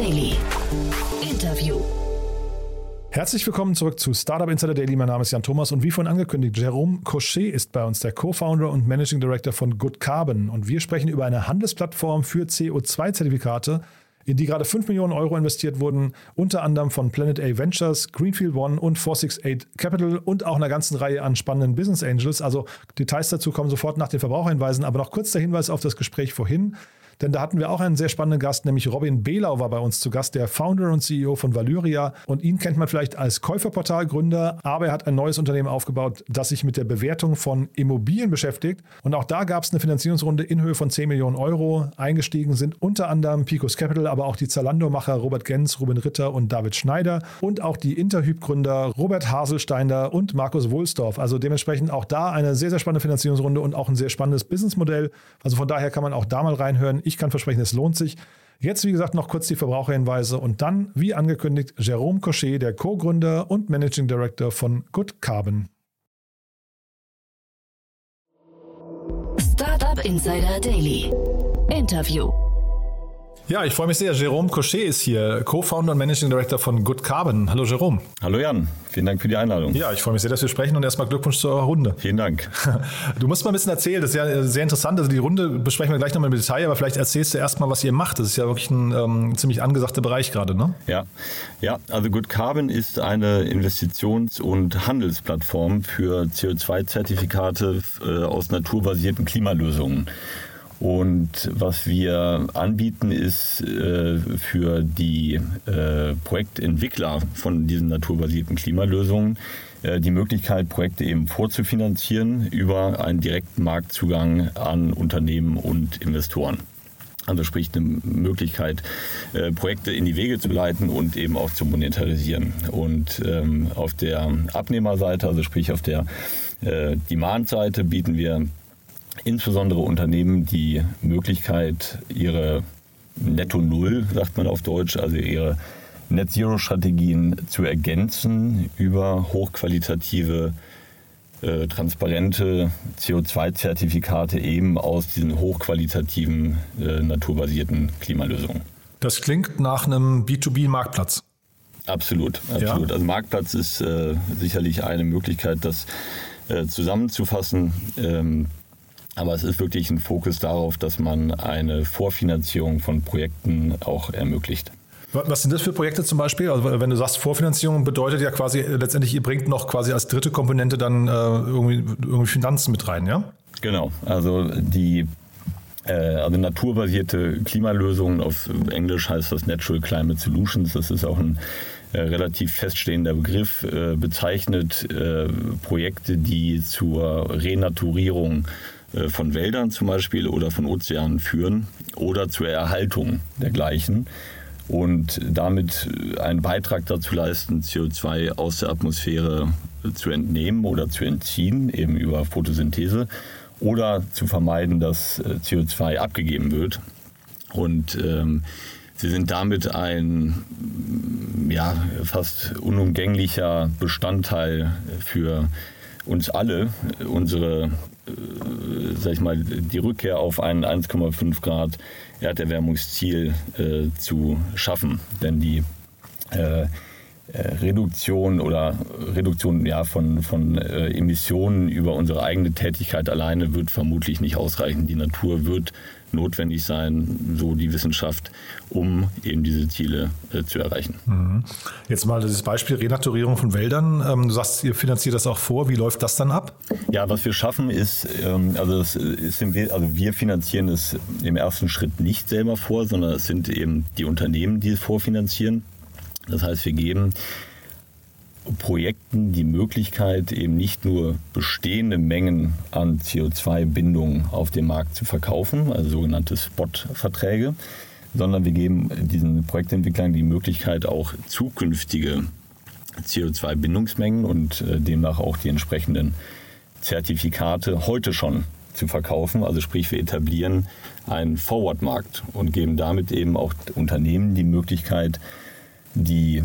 Daily. Interview. Herzlich willkommen zurück zu Startup Insider Daily. Mein Name ist Jan Thomas und wie vorhin angekündigt, Jérôme Cochet ist bei uns, der Co-Founder und Managing Director von Good Carbon. Und wir sprechen über eine Handelsplattform für CO2-Zertifikate, in die gerade 5 Millionen Euro investiert wurden, unter anderem von Planet A Ventures, Greenfield One und 468 Capital und auch einer ganzen Reihe an spannenden Business Angels. Also Details dazu kommen sofort nach den Verbraucherhinweisen, aber noch kurz der Hinweis auf das Gespräch vorhin. Denn da hatten wir auch einen sehr spannenden Gast, nämlich Robin Behlau war bei uns zu Gast, der Founder und CEO von Valyria. Und ihn kennt man vielleicht als Käuferportalgründer, aber er hat ein neues Unternehmen aufgebaut, das sich mit der Bewertung von Immobilien beschäftigt. Und auch da gab es eine Finanzierungsrunde in Höhe von 10 Millionen Euro. Eingestiegen sind unter anderem Picos Capital, aber auch die Zalando-Macher Robert Gens, Ruben Ritter und David Schneider und auch die Interhyp-Gründer Robert Haselsteiner und Markus Wohlsdorf. Also dementsprechend auch da eine sehr, sehr spannende Finanzierungsrunde und auch ein sehr spannendes Businessmodell. Also von daher kann man auch da mal reinhören. Ich kann versprechen, es lohnt sich. Jetzt, wie gesagt, noch kurz die Verbraucherhinweise und dann, wie angekündigt, Jérôme Cochet, der Co-Gründer und Managing Director von Good Carbon. Startup Insider Daily. Interview. Ja, ich freue mich sehr. Jérôme Cochet ist hier, Co-Founder und Managing Director von Good Carbon. Hallo Jérôme. Hallo Jan, vielen Dank für die Einladung. Ja, ich freue mich sehr, dass wir sprechen und erstmal Glückwunsch zur Runde. Vielen Dank. Du musst mal ein bisschen erzählen, das ist ja sehr interessant. Also die Runde besprechen wir gleich nochmal im Detail, aber vielleicht erzählst du erstmal, was ihr macht. Das ist ja wirklich ein ziemlich angesagter Bereich gerade, ne? Ja, also Good Carbon ist eine Investitions- und Handelsplattform für CO2-Zertifikate aus naturbasierten Klimalösungen. Und was wir anbieten, ist für die Projektentwickler von diesen naturbasierten Klimalösungen die Möglichkeit, Projekte eben vorzufinanzieren über einen direkten Marktzugang an Unternehmen und Investoren. Also sprich eine Möglichkeit, Projekte in die Wege zu leiten und eben auch zu monetarisieren. Und auf der Abnehmerseite, also sprich auf der Demand-Seite, bieten wir insbesondere Unternehmen die Möglichkeit, ihre Netto Null, sagt man auf Deutsch, also ihre Net-Zero-Strategien zu ergänzen über hochqualitative, transparente CO2-Zertifikate eben aus diesen hochqualitativen, naturbasierten Klimalösungen. Das klingt nach einem B2B-Marktplatz. Absolut. Ja? Also Marktplatz ist sicherlich eine Möglichkeit, das zusammenzufassen. Aber es ist wirklich ein Fokus darauf, dass man eine Vorfinanzierung von Projekten auch ermöglicht. Was sind das für Projekte zum Beispiel? Also wenn du sagst Vorfinanzierung, bedeutet ja quasi letztendlich, ihr bringt noch quasi als dritte Komponente dann irgendwie Finanzen mit rein, ja? Genau, also naturbasierte Klimalösungen, auf Englisch heißt das Natural Climate Solutions, das ist auch ein relativ feststehender Begriff, bezeichnet Projekte, die zur Renaturierung von Wäldern zum Beispiel oder von Ozeanen führen oder zur Erhaltung dergleichen und damit einen Beitrag dazu leisten, CO2 aus der Atmosphäre zu entnehmen oder zu entziehen, eben über Photosynthese, oder zu vermeiden, dass CO2 abgegeben wird. Und sie sind damit ein fast unumgänglicher Bestandteil für uns alle, die Rückkehr auf ein 1,5 Grad Erderwärmungsziel zu schaffen. Denn die Reduktion von Emissionen über unsere eigene Tätigkeit alleine wird vermutlich nicht ausreichen. Die Natur wird notwendig sein, so die Wissenschaft, um eben diese Ziele zu erreichen. Jetzt mal das Beispiel Renaturierung von Wäldern. Du sagst, ihr finanziert das auch vor. Wie läuft das dann ab? Ja, was wir schaffen ist, wir finanzieren es im ersten Schritt nicht selber vor, sondern es sind eben die Unternehmen, die es vorfinanzieren. Das heißt, wir geben Projekten die Möglichkeit, eben nicht nur bestehende Mengen an CO2-Bindung auf dem Markt zu verkaufen, also sogenannte Spot-Verträge, sondern wir geben diesen Projektentwicklern die Möglichkeit, auch zukünftige CO2-Bindungsmengen und demnach auch die entsprechenden Zertifikate heute schon zu verkaufen. Also sprich, wir etablieren einen Forward-Markt und geben damit eben auch Unternehmen die Möglichkeit, die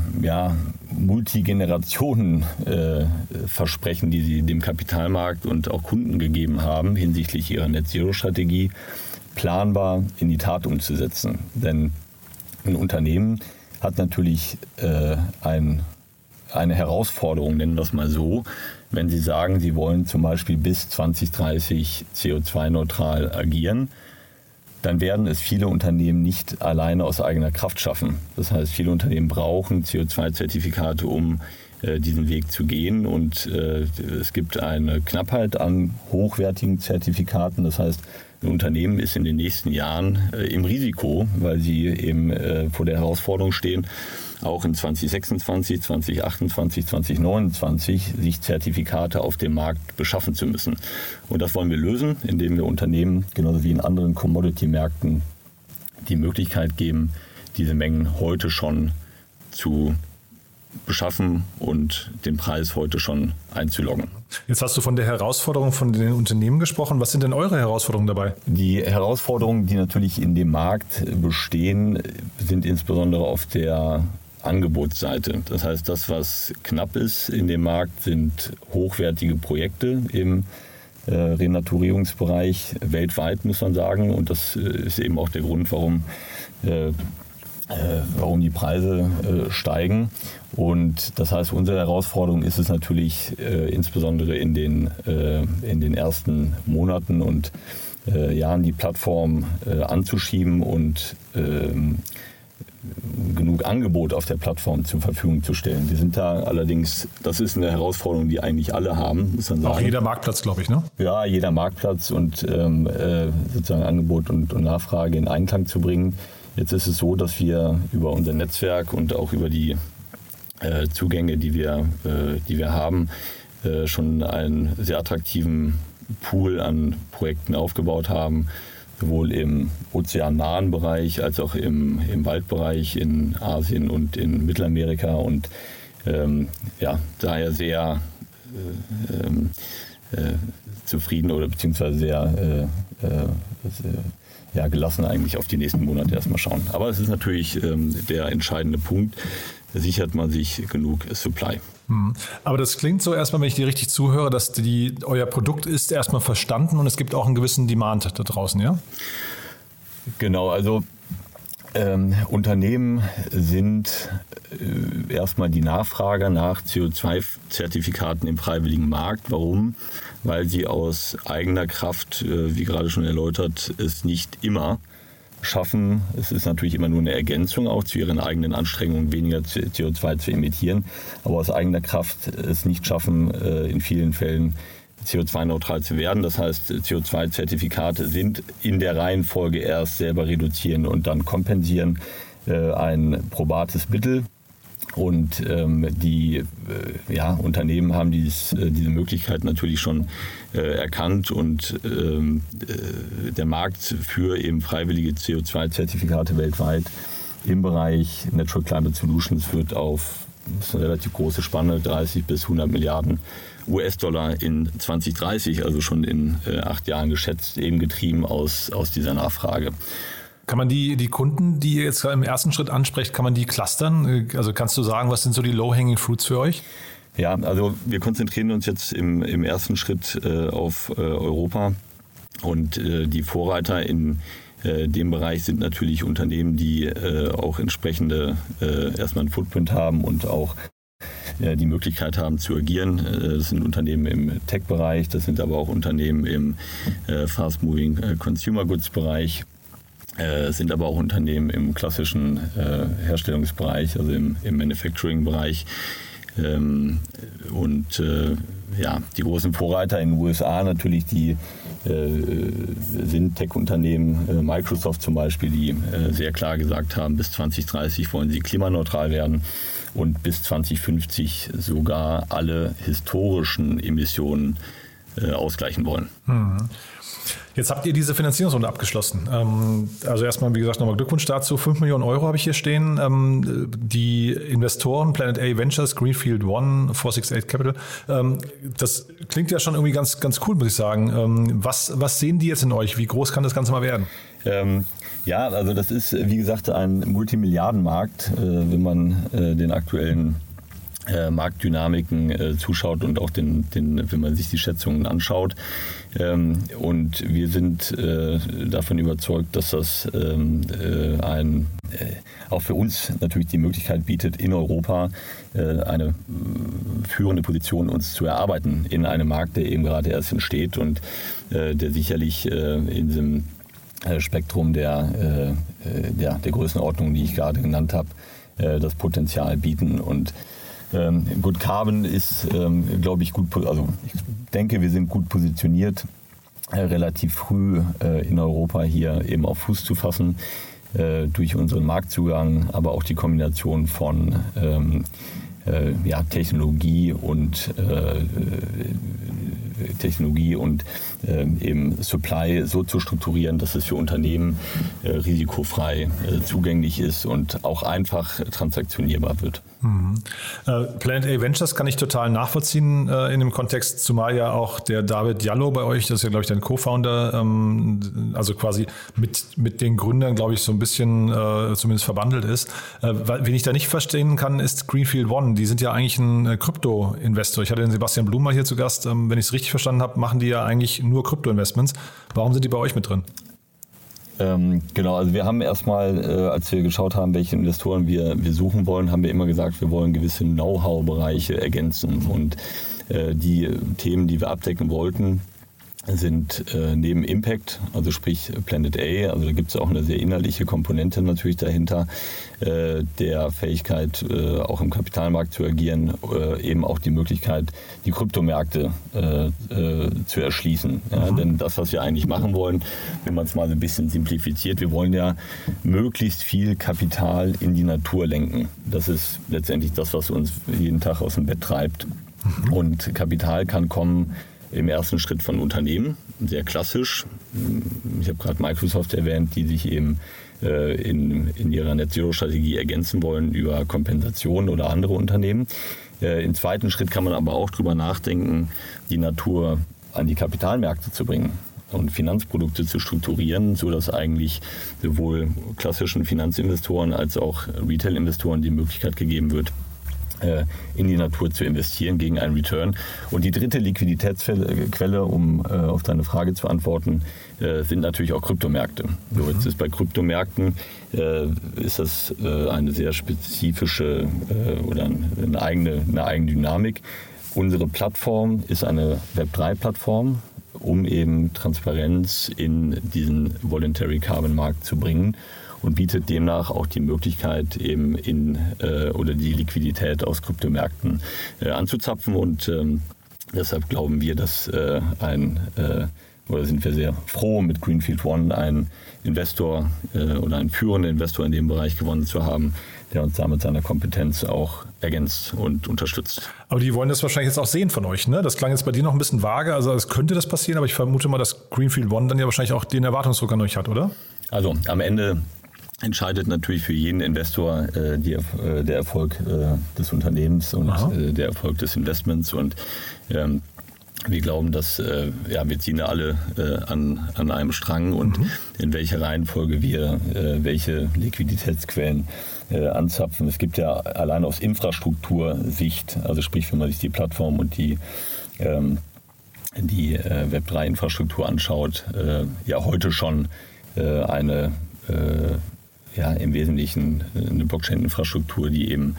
Multigenerationen-Versprechen, die sie dem Kapitalmarkt und auch Kunden gegeben haben hinsichtlich ihrer Net-Zero-Strategie, planbar in die Tat umzusetzen. Denn ein Unternehmen hat natürlich eine Herausforderung, nennen wir es mal so, wenn Sie sagen, Sie wollen zum Beispiel bis 2030 CO2-neutral agieren, dann werden es viele Unternehmen nicht alleine aus eigener Kraft schaffen. Das heißt, viele Unternehmen brauchen CO2-Zertifikate, um diesen Weg zu gehen. Und es gibt eine Knappheit an hochwertigen Zertifikaten. Das heißt, ein Unternehmen ist in den nächsten Jahren im Risiko, weil sie eben vor der Herausforderung stehen, auch in 2026, 2028, 2029 sich Zertifikate auf dem Markt beschaffen zu müssen. Und das wollen wir lösen, indem wir Unternehmen, genauso wie in anderen Commodity-Märkten, die Möglichkeit geben, diese Mengen heute schon zu beschaffen und den Preis heute schon einzuloggen. Jetzt hast du von der Herausforderung von den Unternehmen gesprochen. Was sind denn eure Herausforderungen dabei? Die Herausforderungen, die natürlich in dem Markt bestehen, sind insbesondere auf der Angebotsseite. Das heißt, das, was knapp ist in dem Markt, sind hochwertige Projekte im Renaturierungsbereich weltweit, muss man sagen. Und das ist eben auch der Grund, warum die Preise steigen. Und das heißt, unsere Herausforderung ist es natürlich insbesondere in den ersten Monaten und Jahren die Plattform anzuschieben und genug Angebot auf der Plattform zur Verfügung zu stellen. Wir sind da allerdings, das ist eine Herausforderung, die eigentlich alle haben, muss man sagen. Auch jeder Marktplatz, glaube ich, ne? Ja, jeder Marktplatz und sozusagen Angebot und Nachfrage in Einklang zu bringen. Jetzt ist es so, dass wir über unser Netzwerk und auch über die Zugänge, die wir haben, schon einen sehr attraktiven Pool an Projekten aufgebaut haben, sowohl im ozeannahen Bereich als auch im Waldbereich in Asien und in Mittelamerika und daher sehr zufrieden oder beziehungsweise sehr gelassen eigentlich auf die nächsten Monate erstmal schauen. Aber es ist natürlich der entscheidende Punkt, sichert man sich genug Supply. Aber das klingt so erstmal, wenn ich dir richtig zuhöre, dass euer Produkt ist erstmal verstanden und es gibt auch einen gewissen Demand da draußen, ja? Genau, also Unternehmen sind erstmal die Nachfrager nach CO2-Zertifikaten im freiwilligen Markt. Warum? Weil sie aus eigener Kraft, wie gerade schon erläutert, es nicht immer schaffen. Es ist natürlich immer nur eine Ergänzung auch zu ihren eigenen Anstrengungen, weniger CO2 zu emittieren, aber aus eigener Kraft es nicht schaffen, in vielen Fällen CO2-neutral zu werden. Das heißt, CO2-Zertifikate sind in der Reihenfolge erst selber reduzieren und dann kompensieren ein probates Mittel. Und die Unternehmen haben diese Möglichkeit natürlich schon erkannt und der Markt für eben freiwillige CO2-Zertifikate weltweit im Bereich Natural Climate Solutions wird auf, das ist eine relativ große Spanne, 30 bis 100 Milliarden US-Dollar in 2030, also schon in 8 Jahren geschätzt, eben getrieben aus dieser Nachfrage. Kann man die Kunden, die ihr jetzt im ersten Schritt ansprecht, kann man die clustern? Also kannst du sagen, was sind so die Low-Hanging Fruits für euch? Ja, also wir konzentrieren uns jetzt im ersten Schritt auf Europa und die Vorreiter in dem Bereich sind natürlich Unternehmen, die auch entsprechende erstmal einen Footprint haben und auch die Möglichkeit haben zu agieren. Das sind Unternehmen im Tech-Bereich, das sind aber auch Unternehmen im Fast-Moving Consumer Goods-Bereich. Es sind aber auch Unternehmen im klassischen Herstellungsbereich, also im Manufacturing-Bereich. Die großen Vorreiter in den USA natürlich, die sind Tech-Unternehmen, Microsoft zum Beispiel, die sehr klar gesagt haben, bis 2030 wollen sie klimaneutral werden und bis 2050 sogar alle historischen Emissionen ausgleichen wollen. Jetzt habt ihr diese Finanzierungsrunde abgeschlossen. Also erstmal, wie gesagt, nochmal Glückwunsch dazu. 5 Millionen Euro habe ich hier stehen. Die Investoren, Planet A Ventures, Greenfield One, 468 Capital. Das klingt ja schon irgendwie ganz, ganz cool, muss ich sagen. Was sehen die jetzt in euch? Wie groß kann das Ganze mal werden? Also das ist, wie gesagt, ein Multimilliardenmarkt, wenn man den aktuellen Marktdynamiken zuschaut und auch wenn man sich die Schätzungen anschaut. Und wir sind davon überzeugt, dass das auch für uns natürlich die Möglichkeit bietet, in Europa eine führende Position uns zu erarbeiten in einem Markt, der eben gerade erst entsteht und der sicherlich in diesem Spektrum der Größenordnung, die ich gerade genannt habe, das Potenzial bieten. Und Good Carbon ist, glaube ich, also ich denke, wir sind gut positioniert, relativ früh in Europa hier eben auf Fuß zu fassen, durch unseren Marktzugang, aber auch die Kombination von Technologie und eben Supply so zu strukturieren, dass es für Unternehmen risikofrei zugänglich ist und auch einfach transaktionierbar wird. Planet A Ventures kann ich total nachvollziehen in dem Kontext, zumal ja auch der David Jallow bei euch, das ist ja, glaube ich, dein Co-Founder, also quasi mit den Gründern, glaube ich, so ein bisschen zumindest verbandelt ist. Wen ich da nicht verstehen kann, ist Greenfield One. Die sind ja eigentlich ein Krypto-Investor. Ich hatte den Sebastian Blum mal hier zu Gast. Wenn ich es richtig verstanden habe, machen die ja eigentlich nur Krypto-Investments. Warum sind die bei euch mit drin? Genau, also wir haben erstmal, als wir geschaut haben, welche Investoren wir suchen wollen, haben wir immer gesagt, wir wollen gewisse Know-how-Bereiche ergänzen. Und die Themen, die wir abdecken wollten, sind neben Impact, also sprich Planet A, also da gibt es auch eine sehr inhaltliche Komponente natürlich dahinter, der Fähigkeit, auch im Kapitalmarkt zu agieren, eben auch die Möglichkeit, die Kryptomärkte zu erschließen. Ja, denn das, was wir eigentlich machen wollen, wenn man es mal so ein bisschen simplifiziert, wir wollen ja möglichst viel Kapital in die Natur lenken. Das ist letztendlich das, was uns jeden Tag aus dem Bett treibt. Und Kapital kann kommen im ersten Schritt von Unternehmen, sehr klassisch. Ich habe gerade Microsoft erwähnt, die sich eben in ihrer Net-Zero-Strategie ergänzen wollen über Kompensation oder andere Unternehmen. Im zweiten Schritt kann man aber auch drüber nachdenken, die Natur an die Kapitalmärkte zu bringen und Finanzprodukte zu strukturieren, sodass eigentlich sowohl klassischen Finanzinvestoren als auch Retail-Investoren die Möglichkeit gegeben wird, in die Natur zu investieren gegen einen Return. Und die dritte Liquiditätsquelle, um auf deine Frage zu antworten, sind natürlich auch Kryptomärkte. So, jetzt ist bei Kryptomärkten ist das eine sehr spezifische oder eine eigene Dynamik. Unsere Plattform ist eine Web3-Plattform, um eben Transparenz in diesen Voluntary Carbon Markt zu bringen. Und bietet demnach auch die Möglichkeit, eben oder die Liquidität aus Kryptomärkten anzuzapfen. Und deshalb glauben wir, dass oder sind wir sehr froh, mit Greenfield One einen Investor oder einen führenden Investor in dem Bereich gewonnen zu haben, der uns damit seiner Kompetenz auch ergänzt und unterstützt. Aber die wollen das wahrscheinlich jetzt auch sehen von euch, ne? Das klang jetzt bei dir noch ein bisschen vage. Also es könnte das passieren, aber ich vermute mal, dass Greenfield One dann ja wahrscheinlich auch den Erwartungsdruck an euch hat, oder? Also am Ende entscheidet natürlich für jeden Investor der Erfolg des Unternehmens und der Erfolg des Investments. Und wir glauben, dass wir ziehen da alle an einem Strang und in welcher Reihenfolge wir welche Liquiditätsquellen anzapfen. Es gibt ja allein aus Infrastruktursicht, also sprich, wenn man sich die Plattform und die Web3-Infrastruktur anschaut, ja heute schon im Wesentlichen eine Blockchain-Infrastruktur, die eben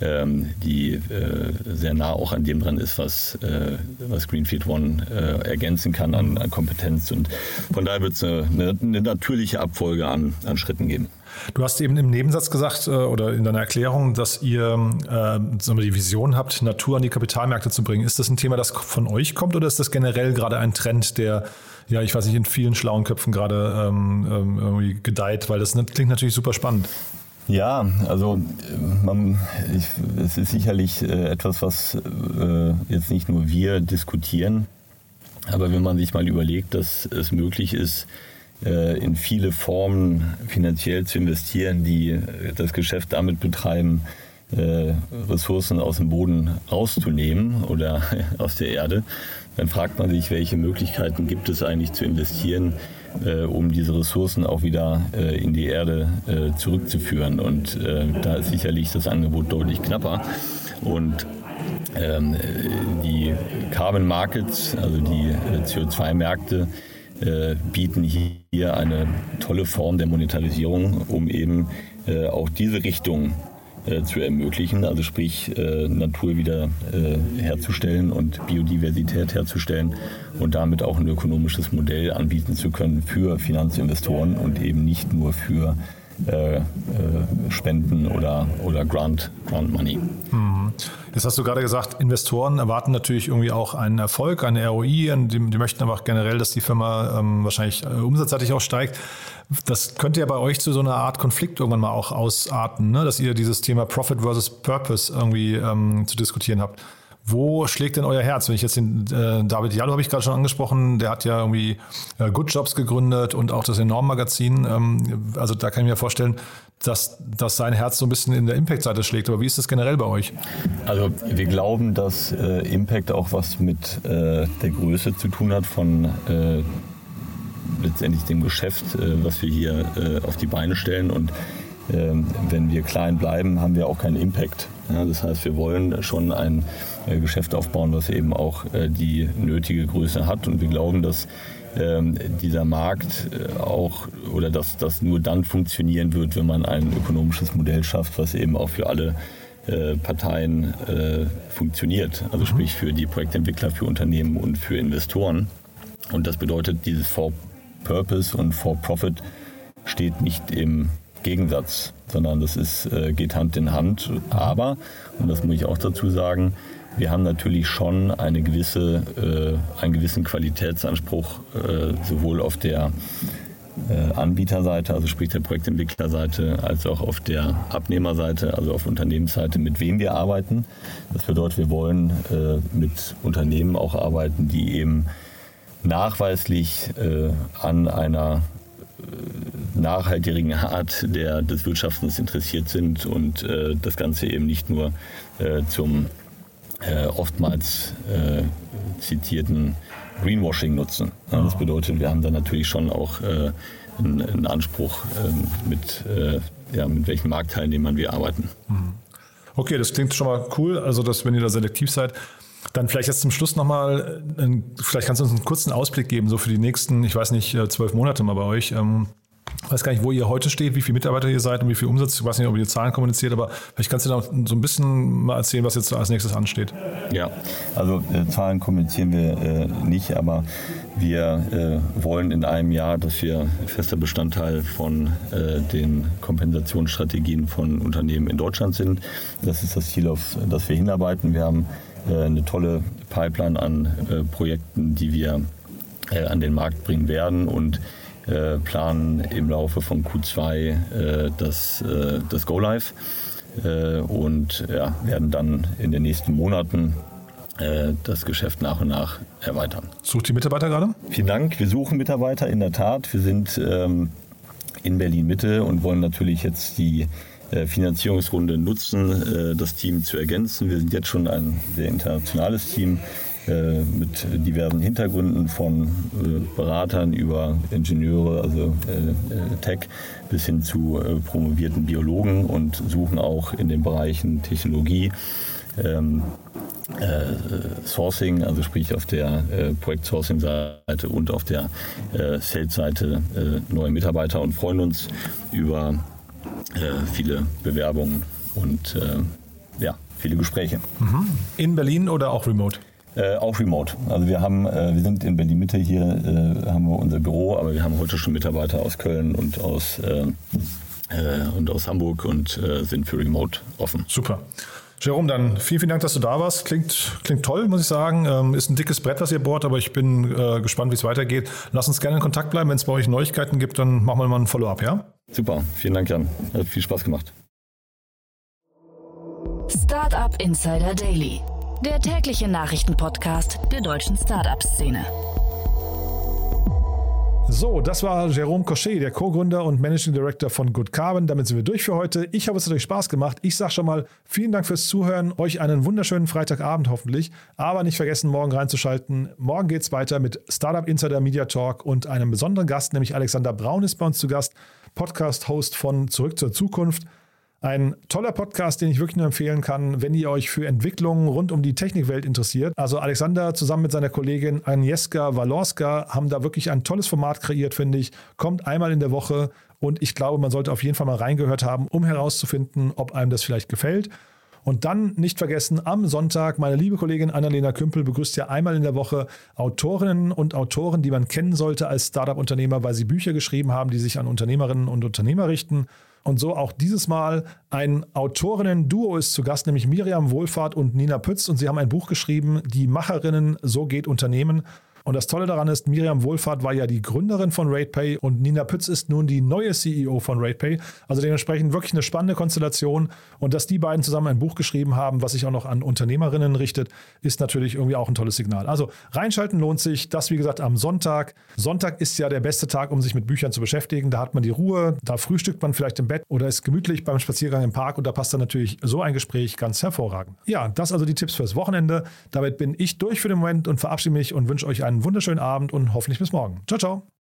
sehr nah auch an dem dran ist, was Greenfield One ergänzen kann an Kompetenz. Und von daher wird es eine natürliche Abfolge an Schritten geben. Du hast eben im Nebensatz gesagt oder in deiner Erklärung, dass ihr die Vision habt, Natur an die Kapitalmärkte zu bringen. Ist das ein Thema, das von euch kommt oder ist das generell gerade ein Trend, der, ja, ich weiß nicht, in vielen schlauen Köpfen gerade irgendwie gedeiht? Weil das klingt natürlich super spannend. Ja, also es ist sicherlich etwas, was jetzt nicht nur wir diskutieren, aber wenn man sich mal überlegt, dass es möglich ist, in viele Formen finanziell zu investieren, die das Geschäft damit betreiben, Ressourcen aus dem Boden rauszunehmen oder aus der Erde, dann fragt man sich, welche Möglichkeiten gibt es eigentlich zu investieren, um diese Ressourcen auch wieder in die Erde zurückzuführen. Und da ist sicherlich das Angebot deutlich knapper. Und die Carbon Markets, also die CO2-Märkte, bieten hier eine tolle Form der Monetarisierung, um eben auch diese Richtung zu ermöglichen, also sprich Natur wieder herzustellen und Biodiversität herzustellen und damit auch ein ökonomisches Modell anbieten zu können für Finanzinvestoren und eben nicht nur für Spenden oder Grant Money. Jetzt hast du gerade gesagt, Investoren erwarten natürlich irgendwie auch einen Erfolg, eine ROI, die möchten aber auch generell, dass die Firma wahrscheinlich umsatzseitig auch steigt. Das könnte ja bei euch zu so einer Art Konflikt irgendwann mal auch ausarten, ne? Dass ihr dieses Thema Profit versus Purpose irgendwie zu diskutieren habt. Wo schlägt denn euer Herz? Wenn ich jetzt den David Jallow habe ich gerade schon angesprochen, der hat ja irgendwie Good Jobs gegründet und auch das Enorm-Magazin. Also da kann ich mir vorstellen, dass sein Herz so ein bisschen in der Impact-Seite schlägt. Aber wie ist das generell bei euch? Also wir glauben, dass Impact auch was mit der Größe zu tun hat von letztendlich dem Geschäft, was wir hier auf die Beine stellen. Und wenn wir klein bleiben, haben wir auch keinen Impact. Ja, das heißt, wir wollen schon ein Geschäft aufbauen, was eben auch die nötige Größe hat. Und wir glauben, dass dieser Markt auch oder dass das nur dann funktionieren wird, wenn man ein ökonomisches Modell schafft, was eben auch für alle Parteien funktioniert. Also sprich für die Projektentwickler, für Unternehmen und für Investoren. Und das bedeutet, dieses For Purpose und For Profit steht nicht im Gegensatz, sondern das geht Hand in Hand. Aber, und das muss ich auch dazu sagen, wir haben natürlich schon einen gewissen Qualitätsanspruch, sowohl auf der Anbieterseite, also sprich der Projektentwicklerseite, als auch auf der Abnehmerseite, also auf Unternehmensseite, mit wem wir arbeiten. Das bedeutet, wir wollen mit Unternehmen auch arbeiten, die eben nachweislich an einer nachhaltigen Art des Wirtschaftens interessiert sind und das Ganze eben nicht nur zum oftmals zitierten Greenwashing nutzen. Ja, das bedeutet, wir haben da natürlich schon auch einen Anspruch, mit welchen Marktteilnehmern wir arbeiten. Okay, das klingt schon mal cool, also dass, wenn ihr da selektiv seid. Dann vielleicht jetzt zum Schluss nochmal, vielleicht kannst du uns einen kurzen Ausblick geben, so für die nächsten, ich weiß nicht, 12 Monate mal bei euch. Ich weiß gar nicht, wo ihr heute steht, wie viele Mitarbeiter ihr seid und wie viel Umsatz. Ich weiß nicht, ob ihr die Zahlen kommuniziert, aber vielleicht kannst du da so ein bisschen mal erzählen, was jetzt als nächstes ansteht. Ja, also Zahlen kommunizieren wir nicht, aber wir wollen in einem Jahr, dass wir fester Bestandteil von den Kompensationsstrategien von Unternehmen in Deutschland sind. Das ist das Ziel, auf das wir hinarbeiten. Wir haben eine tolle Pipeline an Projekten, die wir an den Markt bringen werden und planen im Laufe von Q2 das Go-Live und werden dann in den nächsten Monaten das Geschäft nach und nach erweitern. Sucht ihr Mitarbeiter gerade? Vielen Dank. Wir suchen Mitarbeiter, in der Tat. Wir sind in Berlin-Mitte und wollen natürlich jetzt die Finanzierungsrunde nutzen, das Team zu ergänzen. Wir sind jetzt schon ein sehr internationales Team mit diversen Hintergründen von Beratern über Ingenieure, also Tech, bis hin zu promovierten Biologen und suchen auch in den Bereichen Technologie, Sourcing, also sprich auf der Projekt-Sourcing-Seite und auf der Sales-Seite neue Mitarbeiter und freuen uns über viele Bewerbungen und viele Gespräche. In Berlin oder auch remote? Auch remote. Also wir sind in Berlin-Mitte, hier haben wir unser Büro, aber wir haben heute schon Mitarbeiter aus Köln und aus Hamburg und sind für remote offen. Super. Jerome, dann vielen Dank, dass du da warst. Klingt toll, muss ich sagen. Ist ein dickes Brett, was ihr bohrt, aber ich bin gespannt, wie es weitergeht. Lass uns gerne in Kontakt bleiben. Wenn es bei euch Neuigkeiten gibt, dann machen wir mal ein Follow-up, ja? Super, vielen Dank, Jan. Hat viel Spaß gemacht. Startup Insider Daily, der tägliche Nachrichtenpodcast der deutschen Startup-Szene. So, das war Jerome Cochet, der Co-Gründer und Managing Director von Good Carbon. Damit sind wir durch für heute. Ich hoffe, es hat euch Spaß gemacht. Ich sage schon mal vielen Dank fürs Zuhören. Euch einen wunderschönen Freitagabend hoffentlich. Aber nicht vergessen, morgen reinzuschalten. Morgen geht es weiter mit Startup Insider Media Talk und einem besonderen Gast, nämlich Alexander Braun ist bei uns zu Gast, Podcast-Host von Zurück zur Zukunft. Ein toller Podcast, den ich wirklich nur empfehlen kann, wenn ihr euch für Entwicklungen rund um die Technikwelt interessiert. Also Alexander zusammen mit seiner Kollegin Agnieszka Walorska haben da wirklich ein tolles Format kreiert, finde ich. Kommt einmal in der Woche und ich glaube, man sollte auf jeden Fall mal reingehört haben, um herauszufinden, ob einem das vielleicht gefällt. Und dann nicht vergessen, am Sonntag, meine liebe Kollegin Annalena Kümpel begrüßt ja einmal in der Woche Autorinnen und Autoren, die man kennen sollte als Startup-Unternehmer, weil sie Bücher geschrieben haben, die sich an Unternehmerinnen und Unternehmer richten. Und so auch dieses Mal ein Autorinnen-Duo ist zu Gast, nämlich Miriam Wohlfahrt und Nina Pütz. Und sie haben ein Buch geschrieben, Die Macherinnen, so geht Unternehmen. Und das Tolle daran ist, Miriam Wohlfahrt war ja die Gründerin von RatePay und Nina Pütz ist nun die neue CEO von RatePay. Also dementsprechend wirklich eine spannende Konstellation. Und dass die beiden zusammen ein Buch geschrieben haben, was sich auch noch an Unternehmerinnen richtet, ist natürlich irgendwie auch ein tolles Signal. Also reinschalten lohnt sich. Das, wie gesagt, am Sonntag. Sonntag ist ja der beste Tag, um sich mit Büchern zu beschäftigen. Da hat man die Ruhe, da frühstückt man vielleicht im Bett oder ist gemütlich beim Spaziergang im Park. Und da passt dann natürlich so ein Gespräch ganz hervorragend. Ja, das also die Tipps fürs Wochenende. Damit bin ich durch für den Moment und verabschiede mich und wünsche euch einen wunderschönen Abend und hoffentlich bis morgen. Ciao, ciao.